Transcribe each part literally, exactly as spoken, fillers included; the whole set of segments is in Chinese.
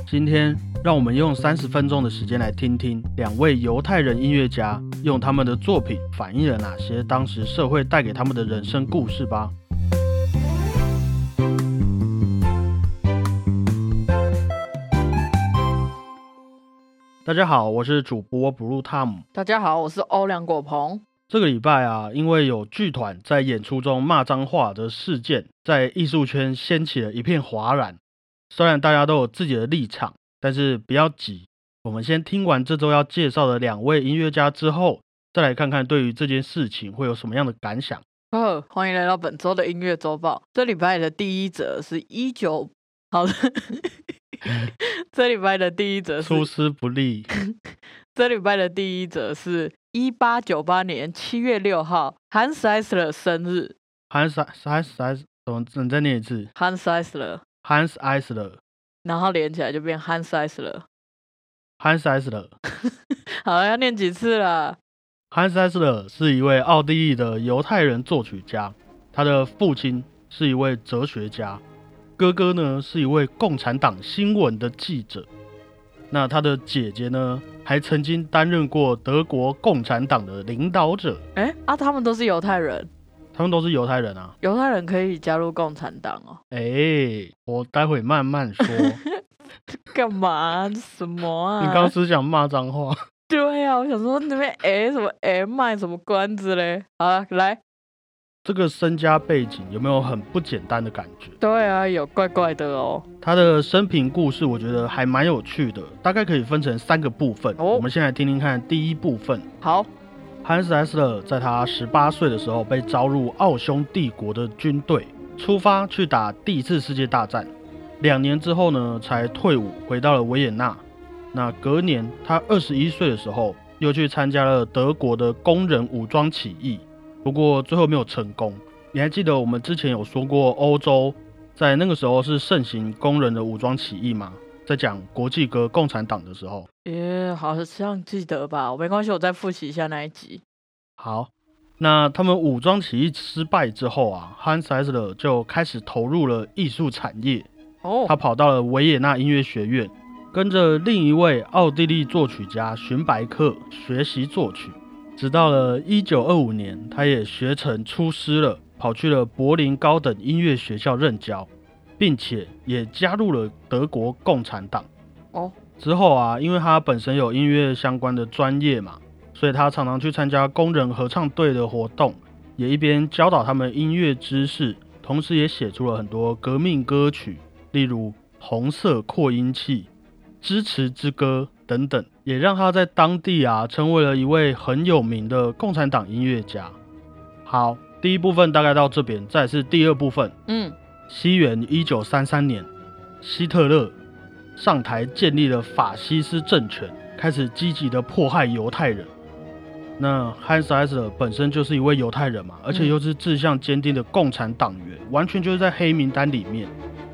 今天让我们用三十分钟的时间来听听两位犹太人音乐家用他们的作品反映了哪些当时社会带给他们的人生故事吧。大家好，我是主播 Blue Tom。 大家好，我是欧良果鹏。 这个礼拜啊，因为有剧团在演出中骂脏话的事件，在艺术圈掀起了一片哗然。虽然大家都有自己的立场，但是不要急，我们先听完这周要介绍的两位音乐家之后，再来看看对于这件事情会有什么样的感想。 哦，欢迎来到本周的音乐周报。这礼拜的第一则是一九，好的，这礼拜的第一则是出师不利。 这礼拜的第一则是一八九八年七月六号 Hans Eisler 生日。 Hans Eisler 怎么你再念一次？ Hans Eisler Hans Eisler， 然后连起来就变 Hans Eisler。 Hans Eisler 好，要念几次了？ Hans Eisler 是一位奥地利的犹太人作曲家，他的父亲是一位哲学家，哥哥呢是一位共产党新闻的记者，那他的姐姐呢还曾经担任过德国共产党的领导者。 哎啊，他们都是犹太人？ 他们都是犹太人啊。 犹太人可以加入共产党哦？ 哎，我待会慢慢说。 干嘛？什么啊？ 你刚刚是想骂脏话？ 对啊，我想说那边哎什么哎卖什么关子嘞？好啊，来， 这个身家背景有没有很不简单的感觉？ 对啊，有怪怪的哦。 他的生平故事我觉得还蛮有趣的，大概可以分成三个部分。哦、我们先来听听看第一部分。 好。 Hans Eisler 在他十八岁的时候被招入奥匈帝国的军队，出发去打第一次世界大战。两年之后呢，才退伍回到了维也纳。那隔年，他二十一岁的时候，又去参加了德国的工人武装起义，不过最后没有成功。你还记得我们之前有说过，欧洲在那个时候是盛行工人的武装起义吗？在讲国际革共产党的时候。 耶，好像记得吧，没关系，我再复习一下那一集。 好，那他们武装起义失败之后啊 Hans Eisler 就开始投入了艺术产业。哦，他跑到了维也纳音乐学院，跟着另一位奥地利作曲家荀白克学习作曲，直到了一九二五年，他也学成出师了，跑去了柏林高等音乐学校任教，并且也加入了德国共产党。哦，之后啊，因为他本身有音乐相关的专业嘛，所以他常常去参加工人合唱队的活动，也一边教导他们音乐知识，同时也写出了很多革命歌曲，例如《红色扩音器》、《支持之歌》等等，也让他在当地啊成为了一位很有名的共产党音乐家。好，第一部分大概到这边，再来是第二部分。嗯，西元一九三三年，希特勒上台建立了法西斯政权，开始积极的迫害犹太人。那 Hans Eisler 本身就是一位犹太人嘛，而且又是志向坚定的共产党员，嗯、完全就是在黑名单里面。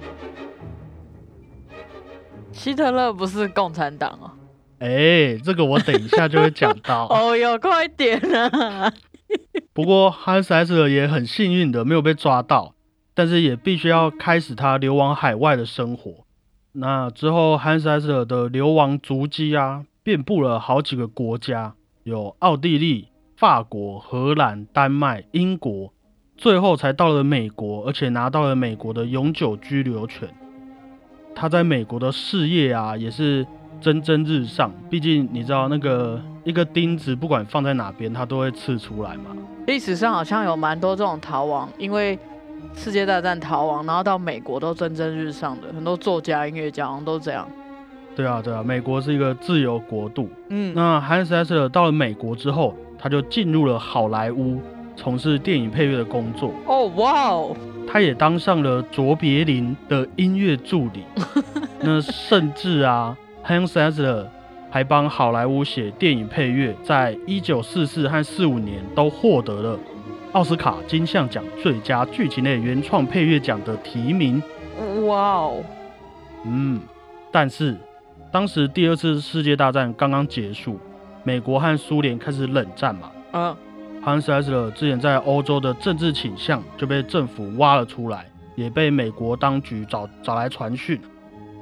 希特勒不是共产党哦？ 哎、欸，这个我等一下就会讲到。 哦哟，快点啊！ 不过 Hans Eisler 也很幸运的没有被抓到，但是也必须要开始他流亡海外的生活。那之后 Hans Eisler 的流亡足迹啊，遍布了好几个国家，有奥地利、法国、荷兰、丹麦、英国，最后才到了美国，而且拿到了美国的永久居留权。他在美国的事业啊，也是蒸蒸日上，毕竟你知道那个一个钉子不管放在哪边，它都会刺出来嘛。 历史上好像有蛮多这种逃亡，因为世界大战逃亡，然后到美国都蒸蒸日上的，很多作家、音乐家好像都这样。 对啊，对啊，美国是一个自由国度。嗯，那 Hans Eisler 到了美国之后，他就进入了好莱坞，从事电影配乐的工作。 哦，哇哦！ 他也当上了卓别林的音乐助理。那甚至啊 ，Hans Eisler 还帮好莱坞写电影配乐，在一九四四和四五年都获得了奥斯卡金像奖最佳剧情类原创配乐奖的提名。 哇哦！ 嗯，但是当时第二次世界大战刚刚结束，美国和苏联开始冷战嘛。嗯。Hans Eisler 之前在欧洲的政治倾向就被政府挖了出来，也被美国当局找找来传讯。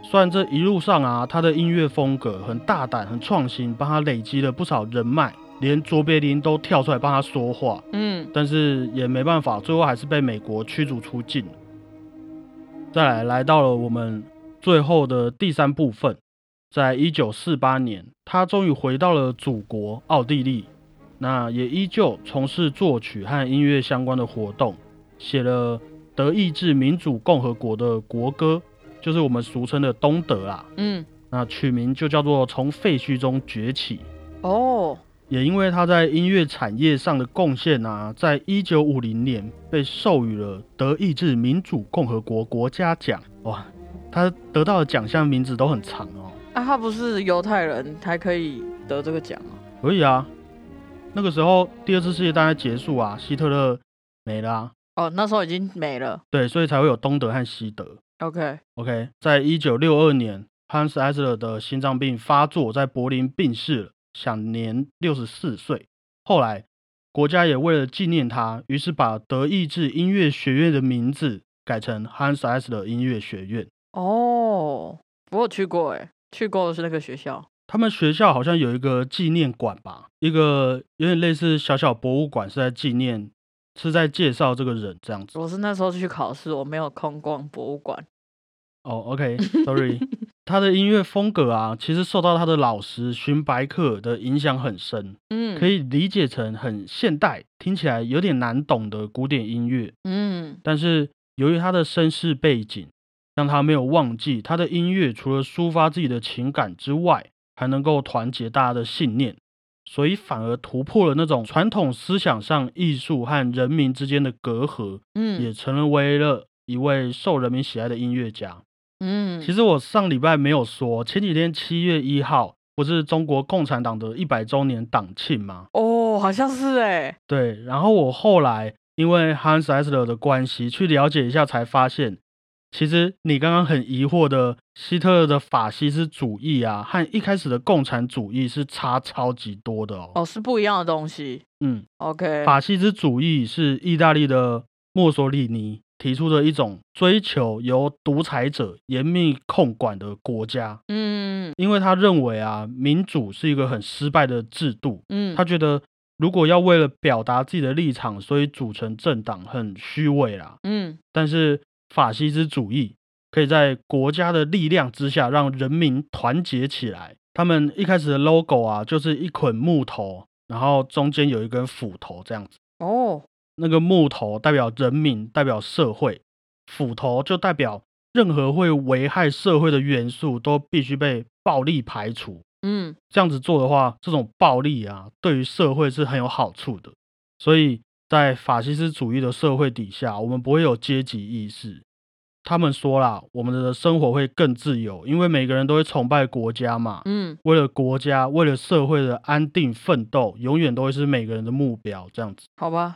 虽然这一路上啊，他的音乐风格很大胆、很创新，帮他累积了不少人脉，连卓别林都跳出来帮他说话。嗯，但是也没办法，最后还是被美国驱逐出境。再来，来到了我们最后的第三部分，在一九四八年，他终于回到了祖国奥地利，那也依旧从事作曲和音乐相关的活动，写了德意志民主共和国的国歌，就是我们俗称的东德啦。嗯，那取名就叫做《从废墟中崛起》。哦，也因为他在音乐产业上的贡献啊，在一九五零年被授予了德意志民主共和国国家奖。哇，他得到的奖项名字都很长哦。 啊，他不是犹太人，还可以得这个奖啊？ 可以啊，那个时候第二次世界大战结束啊，希特勒没了啊。 哦，那时候已经没了。 对，所以才会有东德和西德。 OK OK， 在一九六二年 ，Hanns Eisler 的心脏病发作，在柏林病逝了，享年六十四岁。后来国家也为了纪念他，于是把德意志音乐学院的名字改成 Hanns Eisler 音乐学院。 哦，我有去过诶，去过的是那个学校。 他们学校好像有一个纪念馆吧，一个有点类似小小博物馆，是在纪念，是在介绍这个人这样子。 我是那时候去考试，我没有空逛博物馆。 哦 ，OK，Sorry， 他的音乐风格啊，其实受到他的老师荀白克的影响很深，嗯，可以理解成很现代，听起来有点难懂的古典音乐，嗯，但是由于他的身世背景，让他没有忘记他的音乐除了抒发自己的情感之外，还能够团结大家的信念，所以反而突破了那种传统思想上艺术和人民之间的隔阂，嗯，也成为了一位受人民喜爱的音乐家。嗯，其实我上礼拜没有说，前几天七月一号不是中国共产党的一百周年党庆吗？ 哦，好像是哎。 对，然后我后来因为 Hanns Eisler 的关系去了解一下，才发现，其实你刚刚很疑惑的希特勒的法西斯主义啊，和一开始的共产主义是差超级多的哦。 哦，是不一样的东西。嗯 ，OK。 法西斯主义是意大利的墨索里尼提出的一种追求由独裁者严密控管的国家。嗯，因为他认为啊，民主是一个很失败的制度。嗯，他觉得如果要为了表达自己的立场，所以组成政党很虚伪啦。嗯，但是法西斯主义可以在国家的力量之下让人民团结起来。他们一开始的 logo 啊，就是一捆木头，然后中间有一根斧头这样子。哦。那个木头代表人民，代表社会，斧头就代表任何会危害社会的元素都必须被暴力排除。嗯，这样子做的话，这种暴力啊，对于社会是很有好处的。所以在法西斯主义的社会底下，我们不会有阶级意识。他们说啦，我们的生活会更自由，因为每个人都会崇拜国家嘛。嗯，为了国家，为了社会的安定奋斗，永远都会是每个人的目标。这样子， 好吧。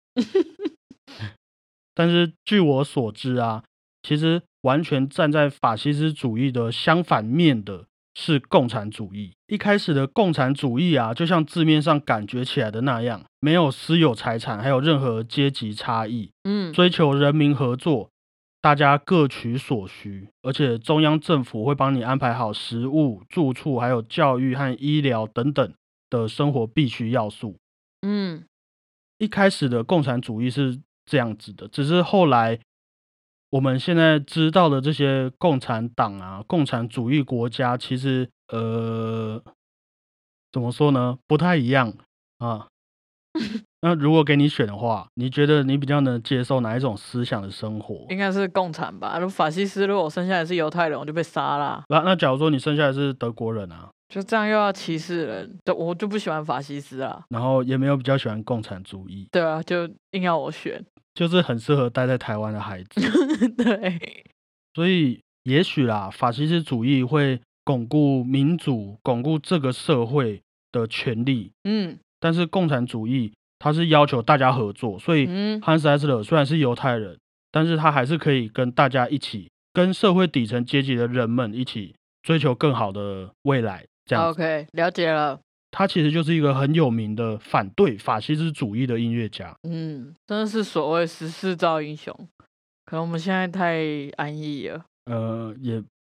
但是据我所知啊，其实完全站在法西斯主义的相反面的是共产主义。一开始的共产主义啊，就像字面上感觉起来的那样，没有私有财产，还有任何阶级差异。嗯，追求人民合作，大家各取所需，而且中央政府会帮你安排好食物、住处，还有教育和医疗等等的生活必须要素。嗯。一开始的共产主义是这样子的，只是后来我们现在知道的这些共产党啊、共产主义国家，其实呃，怎么说呢？不太一样啊。那如果给你选的话，你觉得你比较能接受哪一种思想的生活？ 应该是共产吧。如果法西斯，如果我生下来是犹太人，我就被杀啦。 那那假如说你生下来是德国人啊？ 就这样又要歧视人，我就不喜欢法西斯啊。 然后也没有比较喜欢共产主义。 对啊，就硬要我选， 就是很适合待在台湾的孩子。 对， 所以也许啦，法西斯主义会巩固民主，巩固这个社会的权利。嗯，但是共产主义它是要求大家合作，所以Hanns Eisler虽然是犹太人，但是他还是可以跟大家一起，跟社会底层阶级的人们一起追求更好的未来。这样 OK， 了解了。 他其实就是一个很有名的反对法西斯主义的音乐家。 嗯，真的是所谓时势造英雄。可能我们现在太安逸了。 呃，也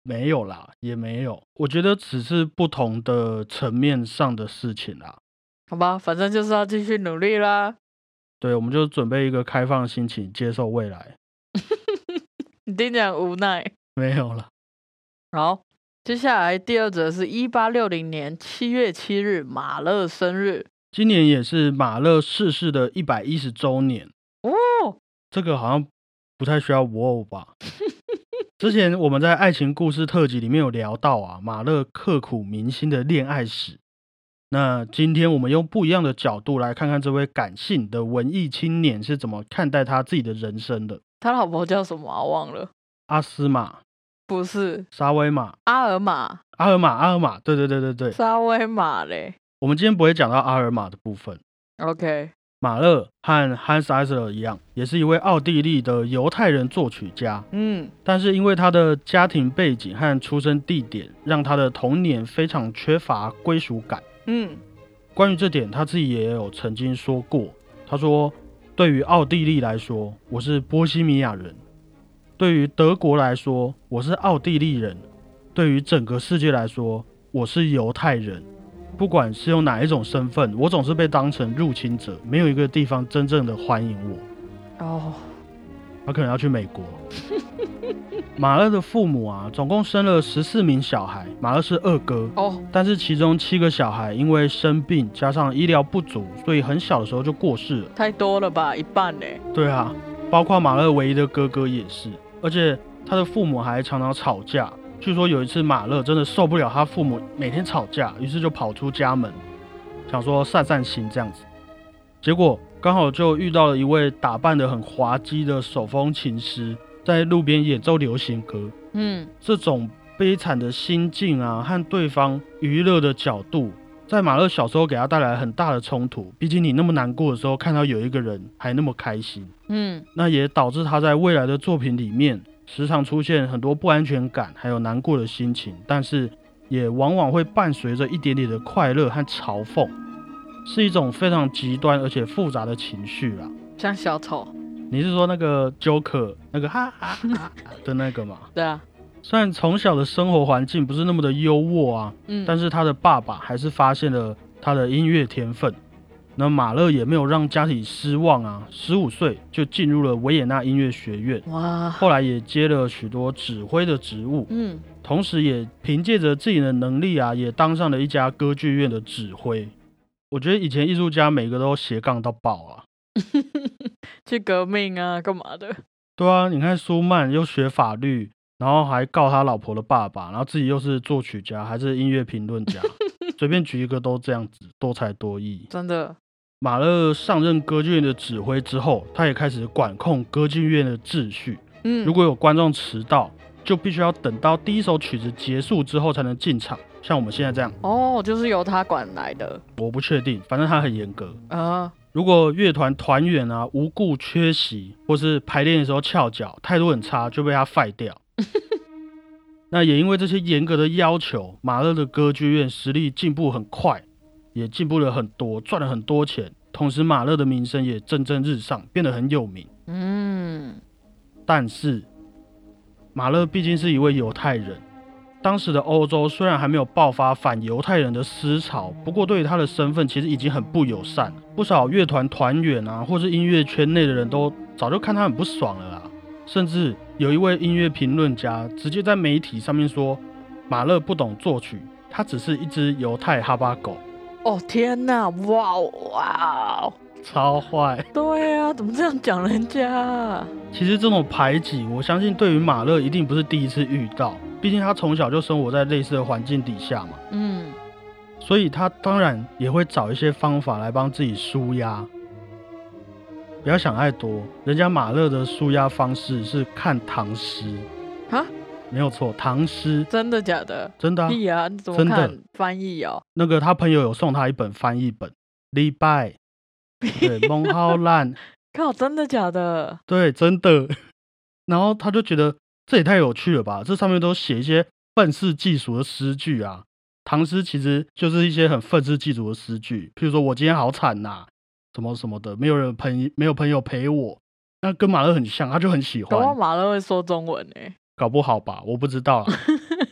没有啦，也没有，我觉得只是不同的层面上的事情啦。 好吧，反正就是要继续努力啦。 对，我们就准备一个开放心情，接受未来。 你听起来无奈。 没有啦。 好，接下来第二则是一八六零年七月七日马勒生日， 今年也是马勒逝世的一百一十周年哦。 这个好像不太需要哇吧。之前我们在爱情故事特辑里面有聊到啊，马勒刻骨铭心的恋爱史。那今天我们用不一样的角度来看看这位感性的文艺青年是怎么看待他自己的人生的。 他老婆叫什么啊？忘了。 阿斯玛？ 不是。 沙威玛？ 阿尔玛。 阿尔玛，阿尔玛，对对对对对。 沙威玛嘞。 我们今天不会讲到阿尔玛的部分。 OK。 马勒和 Hanns Eisler 一样，也是一位奥地利的犹太人作曲家。嗯，但是因为他的家庭背景和出生地点，让他的童年非常缺乏归属感。嗯，关于这点，他自己也有曾经说过。他说：“对于奥地利来说，我是波西米亚人；对于德国来说，我是奥地利人；对于整个世界来说，我是犹太人。不管是用哪一种身份，我总是被当成入侵者，没有一个地方真正的欢迎我。”哦，他可能要去美国。马勒的父母啊，总共生了十四名小孩，马勒是二哥。哦，但是其中七个小孩因为生病加上医疗不足，所以很小的时候就过世了。 太多了吧，一半呢？ 对啊，包括马勒唯一的哥哥也是，而且他的父母还常常吵架。据说有一次马勒真的受不了他父母每天吵架，于是就跑出家门，想说散散心这样子。结果刚好就遇到了一位打扮得很滑稽的手风琴师，在路边演奏流行歌。嗯，这种悲惨的心境啊，和对方娱乐的角度，在马勒小时候给他带来很大的冲突。毕竟你那么难过的时候，看到有一个人还那么开心。嗯，那也导致他在未来的作品里面时常出现很多不安全感还有难过的心情，但是也往往会伴随着一点点的快乐和嘲讽，是一种非常极端而且复杂的情绪啦。 像小丑？ 你是说那个 Joker 那个哈哈哈的那个吗？ 对啊。 虽然从小的生活环境不是那么的优渥啊，嗯，但是他的爸爸还是发现了他的音乐天分。那马勒也没有让家里失望啊，十五岁就进入了维也纳音乐学院，哇！后来也接了许多指挥的职务，嗯，同时也凭借着自己的能力啊，也当上了一家歌剧院的指挥。我觉得以前艺术家每个都斜杠到爆啊， 去革命啊，干嘛的？ 对啊，你看舒曼又学法律，然后还告他老婆的爸爸，然后自己又是作曲家，还是音乐评论家，随便举一个都这样子，多才多艺， 真的。 马勒上任歌剧院的指挥之后，他也开始管控歌剧院的秩序。嗯，如果有观众迟到，就必须要等到第一首曲子结束之后才能进场，像我们现在这样。 哦，就是由他管来的？ 我不确定，反正他很严格啊。如果乐团团员啊无故缺席，或是排练的时候翘脚，态度很差，就被他废掉。那也因为这些严格的要求，马勒的歌剧院实力进步很快，也进步了很多，赚了很多钱。同时马勒的名声也蒸蒸日上，变得很有名。嗯，但是马勒毕竟是一位犹太人，当时的欧洲虽然还没有爆发反犹太人的思潮，不过对于他的身份其实已经很不友善了。不少乐团团员啊，或是音乐圈内的人都早就看他很不爽了啦。甚至有一位音乐评论家直接在媒体上面说，马勒不懂作曲，他只是一只犹太哈巴狗。 哦天哪，哇哇， 超坏！ 对啊，怎么这样讲人家？ 其实这种排挤，我相信对于马勒一定不是第一次遇到，毕竟他从小就生活在类似的环境底下嘛。嗯，所以他当然也会找一些方法来帮自己抒压。不要想太多，人家马勒的抒压方式是看唐诗。哈？没有错，唐诗。 真的假的？ 真的啊。 屁啊，你怎么看翻译哦？ 那个他朋友有送他一本翻译本，礼拜，对，蒙浩烂。 靠，真的假的？ 对，真的。然后他就觉得这也太有趣了吧，这上面都写一些愤世嫉俗的诗句啊。唐诗其实就是一些很愤世嫉俗的诗句，譬如说我今天好惨呐、啊，什么什么的，没有人朋没有朋友陪我，那跟马勒很像，他就很喜欢。 搞不好马勒会说中文欸， 搞不好吧，我不知道啦。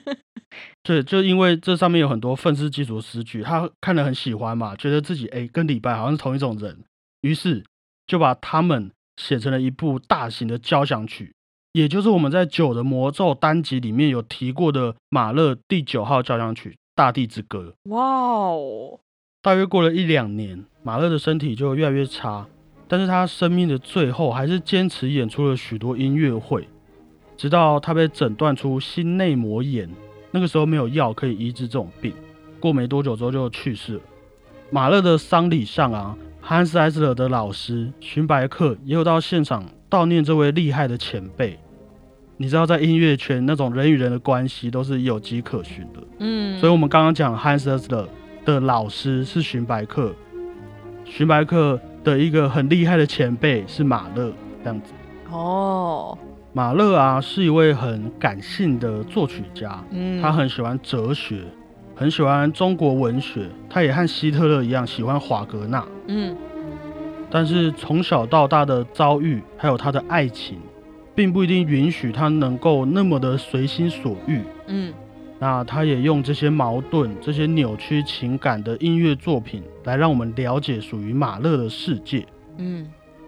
对，就因为这上面有很多愤世嫉俗的诗句，他看得很喜欢嘛，觉得自己哎跟李白好像是同一种人，于是就把他们写成了一部大型的交响曲，也就是我们在九的魔咒单集里面有提过的马勒第九号交响曲《大地之歌》。 哇哦！ 大约过了一两年，马勒的身体就越来越差，但是他生命的最后还是坚持演出了许多音乐会，直到他被诊断出心内膜炎，那个时候没有药可以医治这种病，过没多久之后就去世了。马勒的丧礼上啊，汉斯·艾斯勒的老师荀白克也有到现场悼念这位厉害的前辈。你知道在音乐圈那种人与人的关系都是有迹可循的，嗯，所以我们刚刚讲汉斯·艾斯勒的老师是荀白克，荀白克的一个很厉害的前辈是马勒，这样子。哦，马勒啊是一位很感性的作曲家，嗯，他很喜欢哲学，很喜欢中国文学，他也和希特勒一样喜欢华格纳，嗯，但是从小到大的遭遇还有他的爱情，并不一定允许他能够那么的随心所欲，嗯。那他也用这些矛盾、这些扭曲情感的音乐作品，来让我们了解属于马勒的世界。嗯，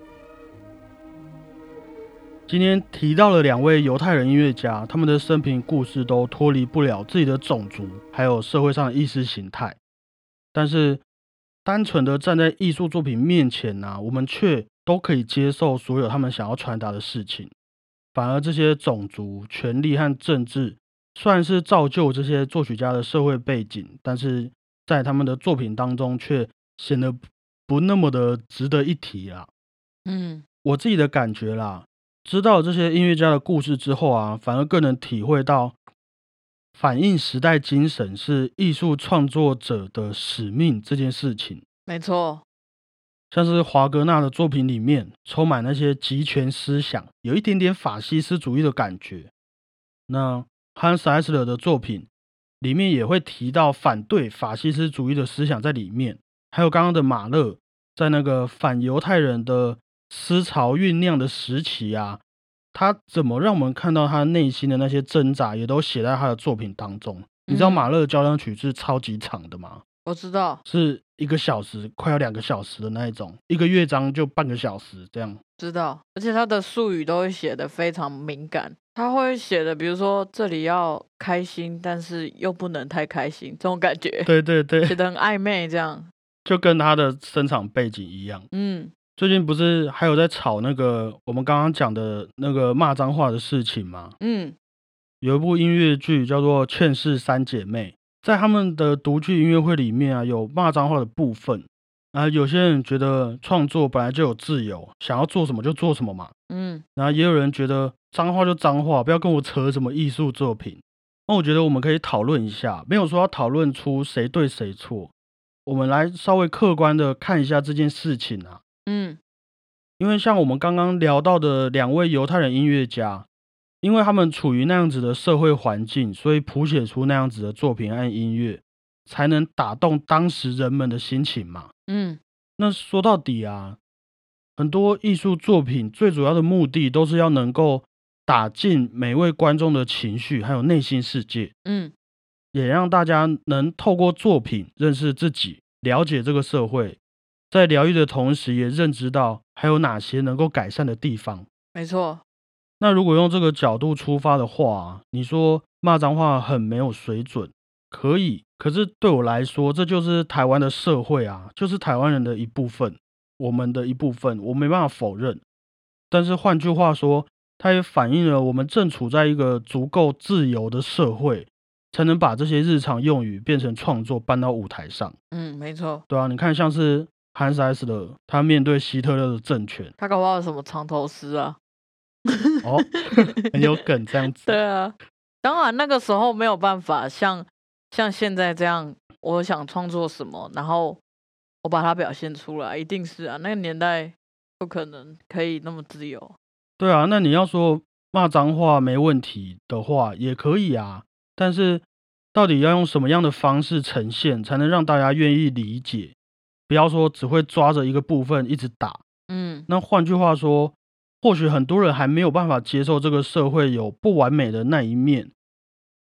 今天提到了两位犹太人音乐家，他们的生平故事都脱离不了自己的种族，还有社会上的意识形态。但是，单纯的站在艺术作品面前啊，我们却都可以接受所有他们想要传达的事情。反而这些种族、权力和政治，虽然是造就这些作曲家的社会背景，但是在他们的作品当中却显得不那么的值得一提啦。嗯，我自己的感觉啦，知道这些音乐家的故事之后啊，反而更能体会到反映时代精神是艺术创作者的使命这件事情。 没错， 像是华格纳的作品里面充满那些极权思想，有一点点法西斯主义的感觉。那汉斯·艾斯勒的作品里面也会提到反对法西斯主义的思想在里面，还有刚刚的马勒在那个反犹太人的思潮酝酿的时期啊，他怎么让我们看到他内心的那些挣扎，也都写在他的作品当中。嗯、你知道马勒的交响曲是超级长的吗？ 我知道， 是一个小时，快要两个小时的那一种，一个乐章就半个小时这样。 知道，而且他的术语都会写得非常敏感，他会写的，比如说这里要开心，但是又不能太开心，这种感觉。 对对对， 写得很暧昧，这样就跟他的生长背景一样。嗯，最近不是还有在吵那个我们刚刚讲的那个骂脏话的事情吗？嗯，有一部音乐剧叫做《劝世三姐妹》。在他们的独剧音乐会里面啊，有骂脏话的部分啊。有些人觉得创作本来就有自由，想要做什么就做什么嘛。嗯，然后也有人觉得脏话就脏话，不要跟我扯什么艺术作品。那我觉得我们可以讨论一下，没有说要讨论出谁对谁错，我们来稍微客观的看一下这件事情啊。嗯，因为像我们刚刚聊到的两位犹太人音乐家。因为他们处于那样子的社会环境，所以谱写出那样子的作品和音乐，才能打动当时人们的心情嘛。嗯，那说到底啊，很多艺术作品最主要的目的都是要能够打进每位观众的情绪还有内心世界。嗯，也让大家能透过作品认识自己，了解这个社会，在疗愈的同时也认知到还有哪些能够改善的地方。 没错。 那如果用这个角度出发的话，你说骂脏话很没有水准，可以，可是对我来说，这就是台湾的社会啊，就是台湾人的一部分，我们的一部分，我没办法否认。但是换句话说，它也反映了我们正处在一个足够自由的社会，才能把这些日常用语变成创作搬到舞台上。 嗯，没错。 对啊，你看像是汉斯·艾斯勒，他面对希特勒的政权， 他搞不好有什么藏头诗啊。 哦，很有梗这样子。 对啊，当然那个时候没有办法像像现在这样，我想创作什么，然后我把它表现出来，一定是啊，那个年代不可能可以那么自由。 对啊，那你要说骂脏话没问题的话，也可以啊，但是到底要用什么样的方式呈现，才能让大家愿意理解？不要说只会抓着一个部分一直打。嗯，那换句话说，或许很多人还没有办法接受这个社会有不完美的那一面，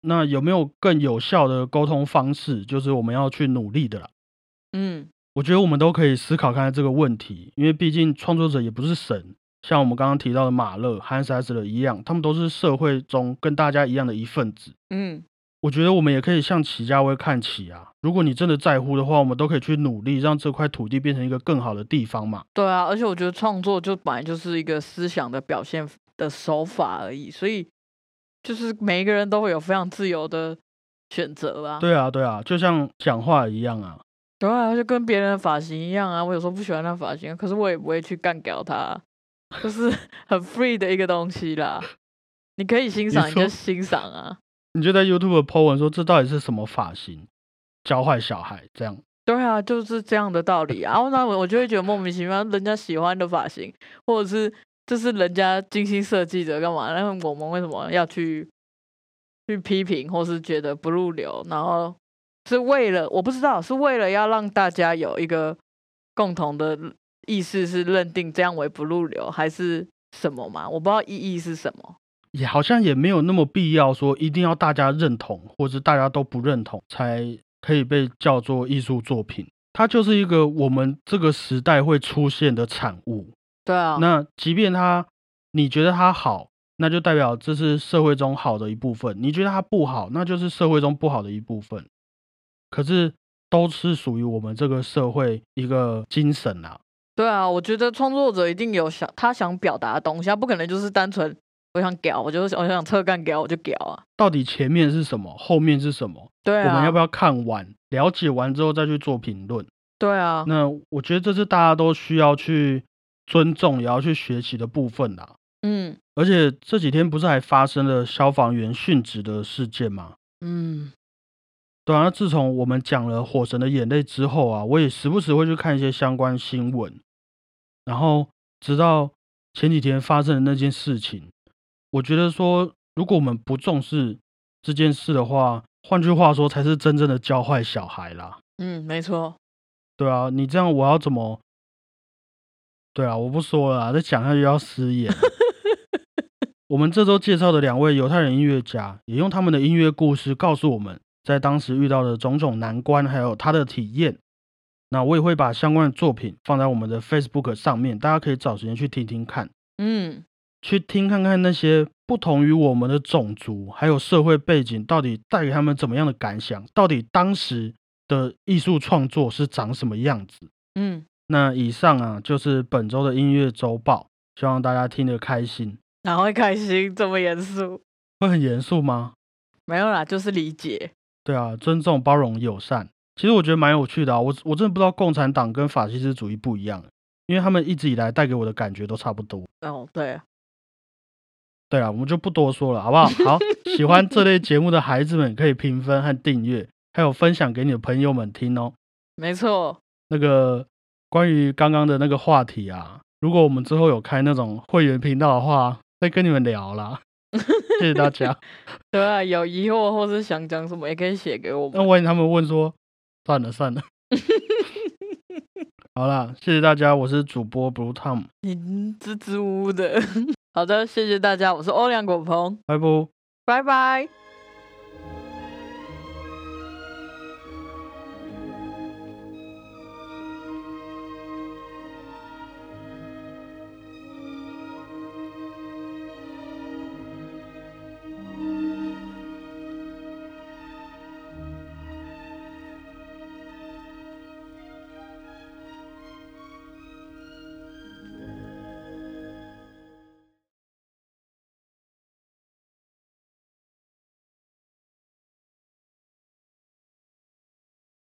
那有没有更有效的沟通方式，就是我们要去努力的啦。 嗯， 我觉得我们都可以思考看看这个问题，因为毕竟创作者也不是神，像我们刚刚提到的马勒、Hans Eisler 一样，他们都是社会中跟大家一样的一份子。 嗯， 我觉得我们也可以向齐家威看齐啊，如果你真的在乎的话，我们都可以去努力，让这块土地变成一个更好的地方嘛。 对啊，而且我觉得创作就本来就是一个思想的表现的手法而已，所以就是每一个人都会有非常自由的选择啊。 对啊对啊，就像讲话一样啊。 对啊，就跟别人的发型一样啊，我有时候不喜欢那发型，可是我也不会去干掉它，就是很 free 的一个东西啦。你可以欣赏你就欣赏啊。 你就在 YouTube po 文说这到底是什么发型，教坏小孩这样。 对啊，就是这样的道理啊。然后呢，我就会觉得莫名其妙，人家喜欢的发型，或者是这是人家精心设计的，干嘛？那我们为什么要去去批评，或是觉得不入流？然后是为了我不知道，是为了要让大家有一个共同的意识，是认定这样为不入流，还是什么嘛？我不知道意义是什么。 也好像也没有那么必要说一定要大家认同，或者大家都不认同才可以被叫做艺术作品。它就是一个我们这个时代会出现的产物。 对啊， 那即便它你觉得它好，那就代表这是社会中好的一部分，你觉得它不好，那就是社会中不好的一部分。可是都是属于我们这个社会一个精神啊。 对啊，我觉得创作者一定有想他想表达的东西，他不可能就是单纯我想屌，我就是我想侧干屌我就屌啊。 到底前面是什么，后面是什么？ 对啊， 我们要不要看完，了解完之后再去做评论？ 对啊， 那我觉得这是大家都需要去尊重，也要去学习的部分啦。 嗯， 而且这几天不是还发生了消防员殉职的事件吗？ 嗯， 对啊，那自从我们讲了《火神的眼泪》之后啊，我也时不时会去看一些相关新闻，然后直到前几天发生的那件事情，我觉得说，如果我们不重视这件事的话，换句话说，才是真正的教坏小孩啦。 嗯，没错。 对啊，你这样我要怎么？对啊，我不说了啦，再讲下去要失言。我们这周介绍的两位犹太人音乐家，也用他们的音乐故事告诉我们在当时遇到的种种难关，还有他的体验。那我也会把相关的作品放在我们的 Facebook 上面，大家可以找时间去听听看。 嗯， 去听看看那些不同于我们的种族还有社会背景到底带给他们怎么样的感想，到底当时的艺术创作是长什么样子。 嗯， 那以上啊就是本周的音乐周报，希望大家听得开心。 哪会开心这么严肃？ 会很严肃吗？ 没有啦，就是理解。 对啊，尊重、包容、友善。其实我觉得蛮有趣的啊，我我真的不知道共产党跟法西斯主义不一样，因为他们一直以来带给我的感觉都差不多。 哦，对啊， 对啊，我们就不多说了，好不好？好，喜欢这类节目的孩子们可以评分和订阅，还有分享给你的朋友们听哦。 没错。 那个关于刚刚的那个话题啊，如果我们之后有开那种会员频道的话，再跟你们聊啦。谢谢大家。 对啊，有疑惑或是想讲什么，也可以写给我们。 那万一他们问说，算了算了。好啦，谢谢大家，我是主播 Blue Tom。 你支支吾吾的。好的，谢谢大家，我是欧良果鹏， 拜拜。 拜拜。